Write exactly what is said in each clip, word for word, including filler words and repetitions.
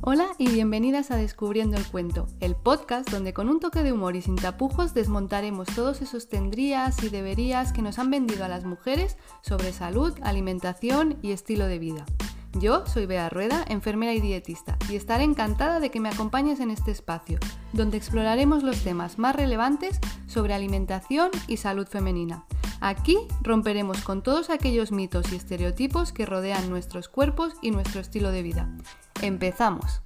Hola y bienvenidas a Descubriendo el Cuento, el podcast donde con un toque de humor y sin tapujos desmontaremos todos esos tendrías y deberías que nos han vendido a las mujeres sobre salud, alimentación y estilo de vida. Yo soy Bea Rueda, enfermera y dietista, y estaré encantada de que me acompañes en este espacio, donde exploraremos los temas más relevantes sobre alimentación y salud femenina. Aquí romperemos con todos aquellos mitos y estereotipos que rodean nuestros cuerpos y nuestro estilo de vida. ¡Empezamos!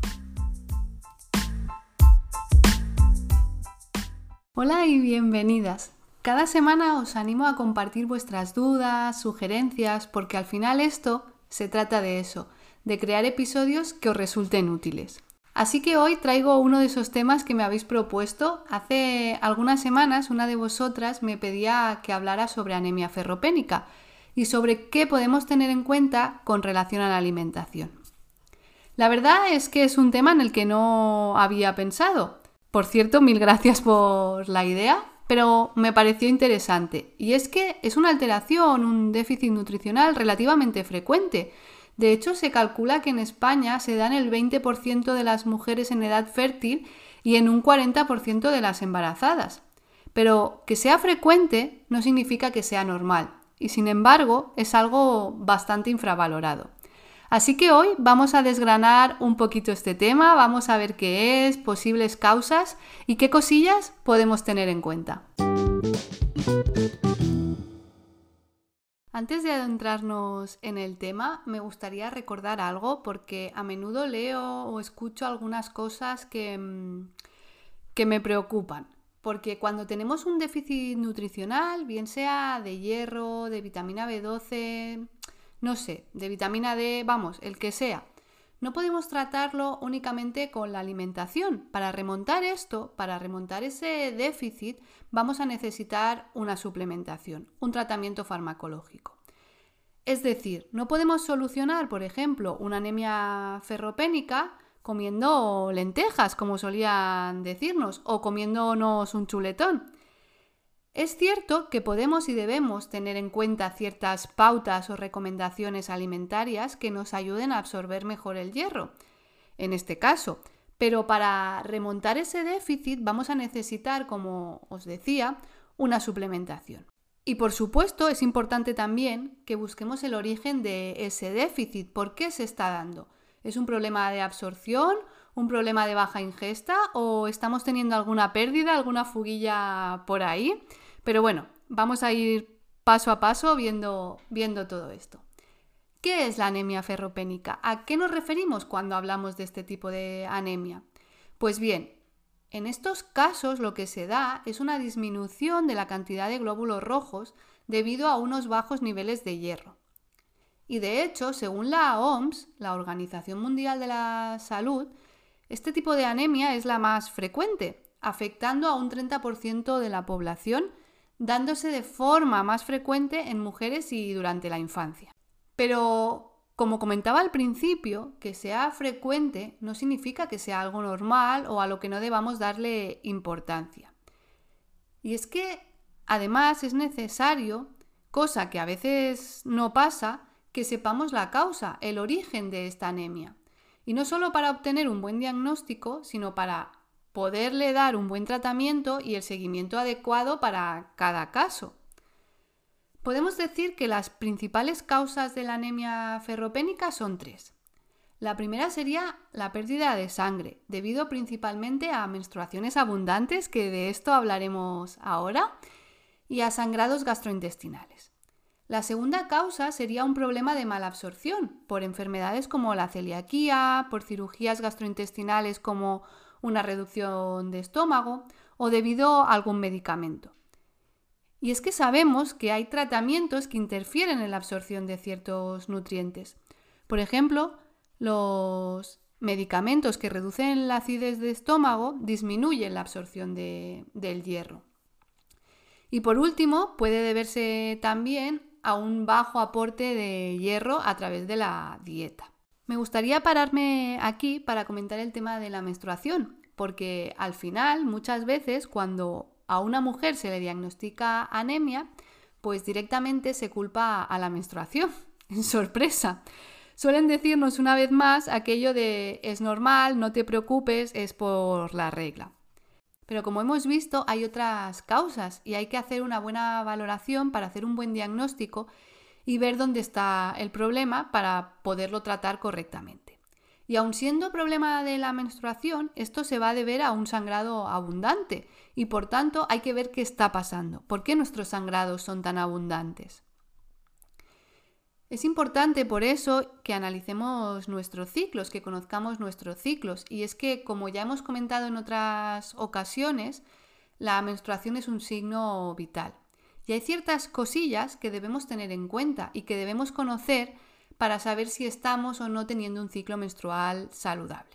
Hola y bienvenidas. Cada semana os animo a compartir vuestras dudas, sugerencias, porque al final esto se trata de eso, de crear episodios que os resulten útiles. Así que hoy traigo uno de esos temas que me habéis propuesto. Hace algunas semanas una de vosotras me pedía que hablara sobre anemia ferropénica y sobre qué podemos tener en cuenta con relación a la alimentación. La verdad es que es un tema en el que no había pensado. Por cierto, mil gracias por la idea, pero me pareció interesante. Y es que es una alteración, un déficit nutricional relativamente frecuente. De hecho, se calcula que en España se da en el veinte por ciento de las mujeres en edad fértil y en un cuarenta por ciento de las embarazadas. Pero que sea frecuente no significa que sea normal, y sin embargo es algo bastante infravalorado. Así que hoy vamos a desgranar un poquito este tema, vamos a ver qué es, posibles causas y qué cosillas podemos tener en cuenta. Antes de adentrarnos en el tema, me gustaría recordar algo porque a menudo leo o escucho algunas cosas que, que me preocupan. Porque cuando tenemos un déficit nutricional, bien sea de hierro, de vitamina B doce, no sé, de vitamina D, vamos, el que sea, no podemos tratarlo únicamente con la alimentación. Para remontar esto, para remontar ese déficit, vamos a necesitar una suplementación, un tratamiento farmacológico. Es decir, no podemos solucionar, por ejemplo, una anemia ferropénica comiendo lentejas, como solían decirnos, o comiéndonos un chuletón. Es cierto que podemos y debemos tener en cuenta ciertas pautas o recomendaciones alimentarias que nos ayuden a absorber mejor el hierro, en este caso, pero para remontar ese déficit vamos a necesitar, como os decía, una suplementación. Y por supuesto es importante también que busquemos el origen de ese déficit. ¿Por qué se está dando? ¿Es un problema de absorción? ¿Un problema de baja ingesta? ¿O estamos teniendo alguna pérdida, alguna fuguilla por ahí? Pero bueno, vamos a ir paso a paso viendo, viendo todo esto. ¿Qué es la anemia ferropénica? ¿A qué nos referimos cuando hablamos de este tipo de anemia? Pues bien, en estos casos lo que se da es una disminución de la cantidad de glóbulos rojos debido a unos bajos niveles de hierro. Y de hecho, según la O M S, la Organización Mundial de la Salud, este tipo de anemia es la más frecuente, afectando a un treinta por ciento de la población, dándose de forma más frecuente en mujeres y durante la infancia. Pero, como comentaba al principio, que sea frecuente no significa que sea algo normal o a lo que no debamos darle importancia. Y es que, además, es necesario, cosa que a veces no pasa, que sepamos la causa, el origen de esta anemia. Y no solo para obtener un buen diagnóstico, sino para poderle dar un buen tratamiento y el seguimiento adecuado para cada caso. Podemos decir que las principales causas de la anemia ferropénica son tres. La primera sería la pérdida de sangre, debido principalmente a menstruaciones abundantes, que de esto hablaremos ahora, y a sangrados gastrointestinales. La segunda causa sería un problema de malabsorción, por enfermedades como la celiaquía, por cirugías gastrointestinales como una reducción de estómago o debido a algún medicamento. Y es que sabemos que hay tratamientos que interfieren en la absorción de ciertos nutrientes. Por ejemplo, los medicamentos que reducen la acidez de estómago disminuyen la absorción de, del hierro. Y por último, puede deberse también a un bajo aporte de hierro a través de la dieta. Me gustaría pararme aquí para comentar el tema de la menstruación, porque al final, muchas veces, cuando a una mujer se le diagnostica anemia, pues directamente se culpa a la menstruación. ¡Sorpresa! Suelen decirnos una vez más aquello de es normal, no te preocupes, es por la regla. Pero como hemos visto, hay otras causas y hay que hacer una buena valoración para hacer un buen diagnóstico y ver dónde está el problema para poderlo tratar correctamente. Y aun siendo problema de la menstruación, esto se va a deber a un sangrado abundante y por tanto hay que ver qué está pasando, por qué nuestros sangrados son tan abundantes. Es importante por eso que analicemos nuestros ciclos, que conozcamos nuestros ciclos. Y es que, como ya hemos comentado en otras ocasiones, la menstruación es un signo vital. Y hay ciertas cosillas que debemos tener en cuenta y que debemos conocer para saber si estamos o no teniendo un ciclo menstrual saludable.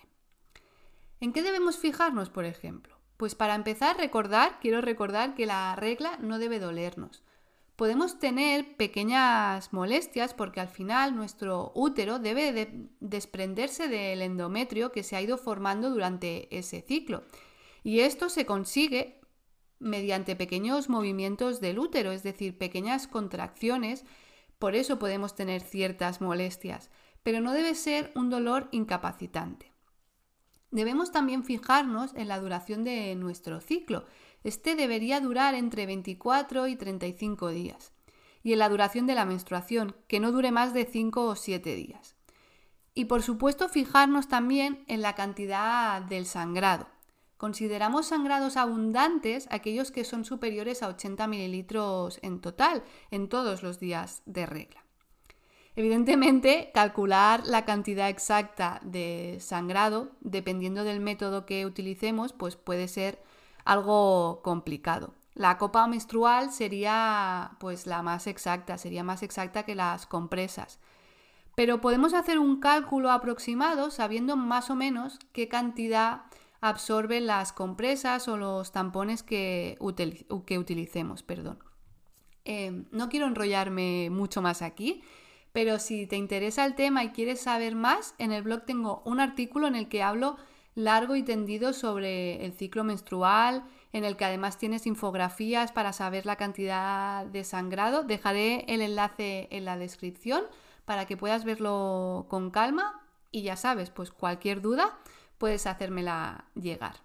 ¿En qué debemos fijarnos, por ejemplo? Pues para empezar, recordar, quiero recordar que la regla no debe dolernos. Podemos tener pequeñas molestias porque al final nuestro útero debe de desprenderse del endometrio que se ha ido formando durante ese ciclo. Y esto se consigue mediante pequeños movimientos del útero, es decir, pequeñas contracciones. Por eso podemos tener ciertas molestias, pero no debe ser un dolor incapacitante. Debemos también fijarnos en la duración de nuestro ciclo. Este debería durar entre veinticuatro y treinta y cinco días. Y en la duración de la menstruación, que no dure más de cinco o siete días. Y por supuesto fijarnos también en la cantidad del sangrado. Consideramos sangrados abundantes aquellos que son superiores a ochenta mililitros en total, en todos los días de regla. Evidentemente, calcular la cantidad exacta de sangrado, dependiendo del método que utilicemos, pues puede ser algo complicado. La copa menstrual sería pues la más exacta, sería más exacta que las compresas. Pero podemos hacer un cálculo aproximado sabiendo más o menos qué cantidad absorben las compresas o los tampones que, util- que utilicemos. Perdón. Eh, no quiero enrollarme mucho más aquí, pero si te interesa el tema y quieres saber más, en el blog tengo un artículo en el que hablo largo y tendido sobre el ciclo menstrual, en el que además tienes infografías para saber la cantidad de sangrado. Dejaré el enlace en la descripción para que puedas verlo con calma y ya sabes, pues cualquier duda puedes hacérmela llegar.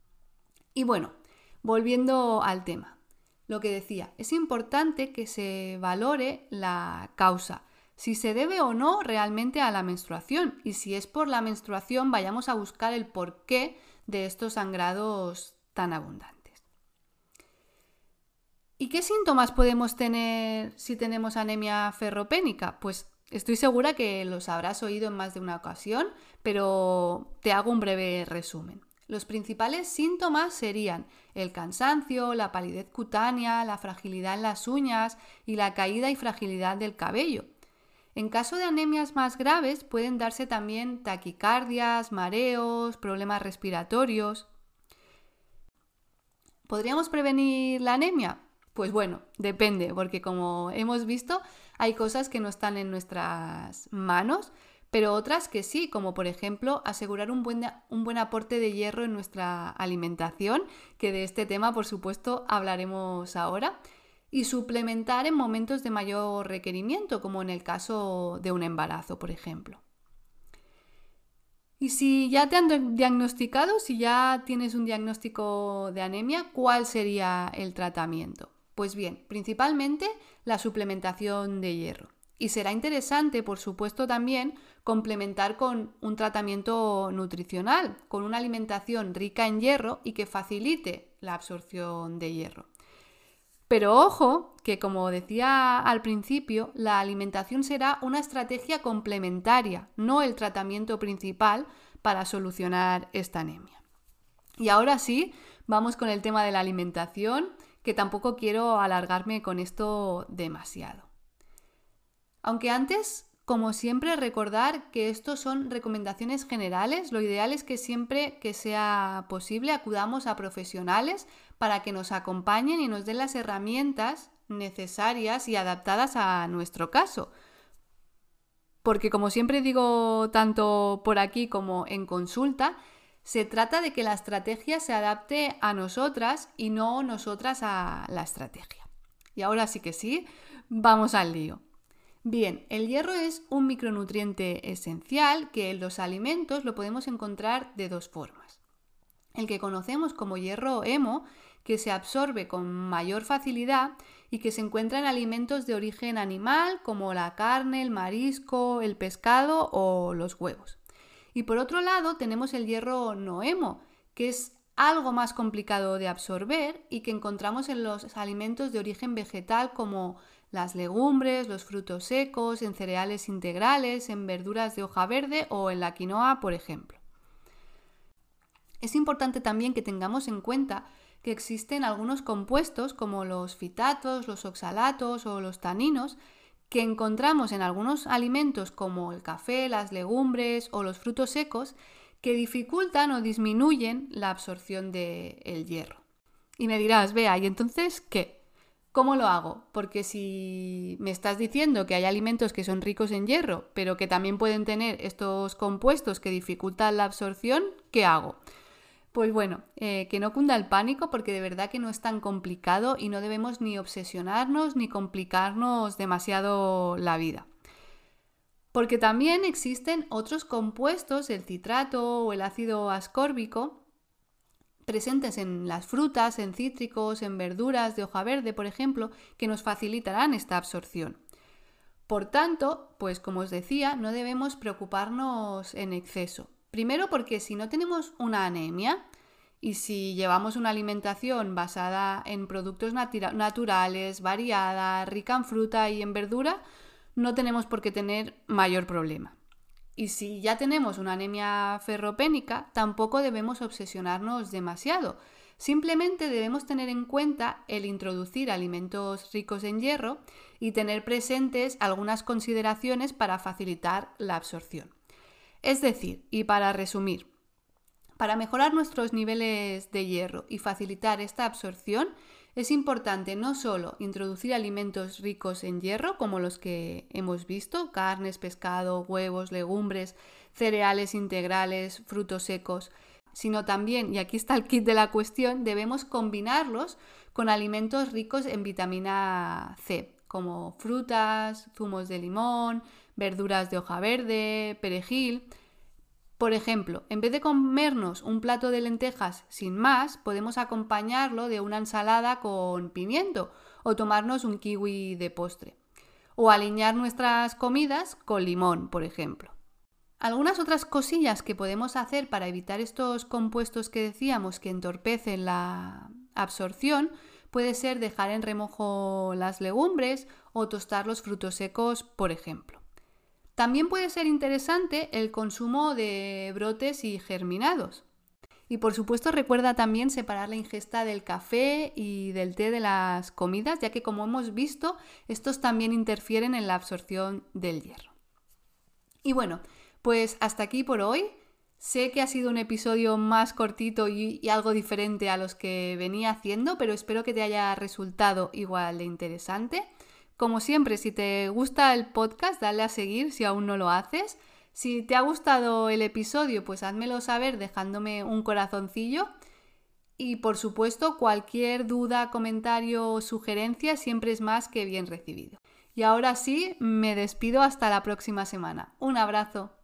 Y bueno, volviendo al tema, lo que decía, es importante que se valore la causa, si se debe o no realmente a la menstruación, y si es por la menstruación vayamos a buscar el porqué de estos sangrados tan abundantes. ¿Y qué síntomas podemos tener si tenemos anemia ferropénica? Pues estoy segura que los habrás oído en más de una ocasión, pero te hago un breve resumen. Los principales síntomas serían el cansancio, la palidez cutánea, la fragilidad en las uñas y la caída y fragilidad del cabello. En caso de anemias más graves pueden darse también taquicardias, mareos, problemas respiratorios. ¿Podríamos prevenir la anemia? Pues bueno, depende, porque como hemos visto, hay cosas que no están en nuestras manos, pero otras que sí, como por ejemplo asegurar un buen, un buen aporte de hierro en nuestra alimentación, que de este tema por supuesto hablaremos ahora, y suplementar en momentos de mayor requerimiento, como en el caso de un embarazo, por ejemplo. Y si ya te han diagnosticado, si ya tienes un diagnóstico de anemia, ¿cuál sería el tratamiento? Pues bien, principalmente la suplementación de hierro. Y será interesante, por supuesto, también complementar con un tratamiento nutricional, con una alimentación rica en hierro y que facilite la absorción de hierro. Pero ojo, que como decía al principio, la alimentación será una estrategia complementaria, no el tratamiento principal para solucionar esta anemia. Y ahora sí, vamos con el tema de la alimentación, que tampoco quiero alargarme con esto demasiado. Aunque antes, como siempre, recordar que estos son recomendaciones generales, lo ideal es que siempre que sea posible acudamos a profesionales para que nos acompañen y nos den las herramientas necesarias y adaptadas a nuestro caso. Porque como siempre digo tanto por aquí como en consulta, se trata de que la estrategia se adapte a nosotras y no nosotras a la estrategia. Y ahora sí que sí, vamos al lío. Bien, el hierro es un micronutriente esencial que en los alimentos lo podemos encontrar de dos formas. El que conocemos como hierro hemo, que se absorbe con mayor facilidad y que se encuentra en alimentos de origen animal como la carne, el marisco, el pescado o los huevos. Y por otro lado tenemos el hierro no hemo, que es algo más complicado de absorber y que encontramos en los alimentos de origen vegetal como las legumbres, los frutos secos, en cereales integrales, en verduras de hoja verde o en la quinoa, por ejemplo. Es importante también que tengamos en cuenta que existen algunos compuestos como los fitatos, los oxalatos o los taninos que encontramos en algunos alimentos como el café, las legumbres o los frutos secos que dificultan o disminuyen la absorción del hierro. Y me dirás, Bea, ¿y entonces qué? ¿Cómo lo hago? Porque si me estás diciendo que hay alimentos que son ricos en hierro, pero que también pueden tener estos compuestos que dificultan la absorción, ¿qué hago? Pues bueno, eh, que no cunda el pánico porque de verdad que no es tan complicado y no debemos ni obsesionarnos ni complicarnos demasiado la vida. Porque también existen otros compuestos, el citrato o el ácido ascórbico, presentes en las frutas, en cítricos, en verduras de hoja verde, por ejemplo, que nos facilitarán esta absorción. Por tanto, pues como os decía, no debemos preocuparnos en exceso. Primero porque si no tenemos una anemia y si llevamos una alimentación basada en productos natu- naturales, variada, rica en fruta y en verdura, no tenemos por qué tener mayor problema. Y si ya tenemos una anemia ferropénica, tampoco debemos obsesionarnos demasiado. Simplemente debemos tener en cuenta el introducir alimentos ricos en hierro y tener presentes algunas consideraciones para facilitar la absorción. Es decir, y para resumir, para mejorar nuestros niveles de hierro y facilitar esta absorción, es importante no solo introducir alimentos ricos en hierro, como los que hemos visto, carnes, pescado, huevos, legumbres, cereales integrales, frutos secos, sino también, y aquí está el kit de la cuestión, debemos combinarlos con alimentos ricos en vitamina C, como frutas, zumos de limón, verduras de hoja verde, perejil. Por ejemplo, en vez de comernos un plato de lentejas sin más, podemos acompañarlo de una ensalada con pimiento o tomarnos un kiwi de postre. O aliñar nuestras comidas con limón, por ejemplo. Algunas otras cosillas que podemos hacer para evitar estos compuestos que decíamos que entorpecen la absorción puede ser dejar en remojo las legumbres o tostar los frutos secos, por ejemplo. También puede ser interesante el consumo de brotes y germinados. Y por supuesto recuerda también separar la ingesta del café y del té de las comidas, ya que como hemos visto, estos también interfieren en la absorción del hierro. Y bueno, pues hasta aquí por hoy. Sé que ha sido un episodio más cortito y, y algo diferente a los que venía haciendo, pero espero que te haya resultado igual de interesante. Como siempre, si te gusta el podcast, dale a seguir si aún no lo haces. Si te ha gustado el episodio, pues házmelo saber dejándome un corazoncillo. Y por supuesto, cualquier duda, comentario o sugerencia siempre es más que bien recibido. Y ahora sí, me despido hasta la próxima semana. Un abrazo.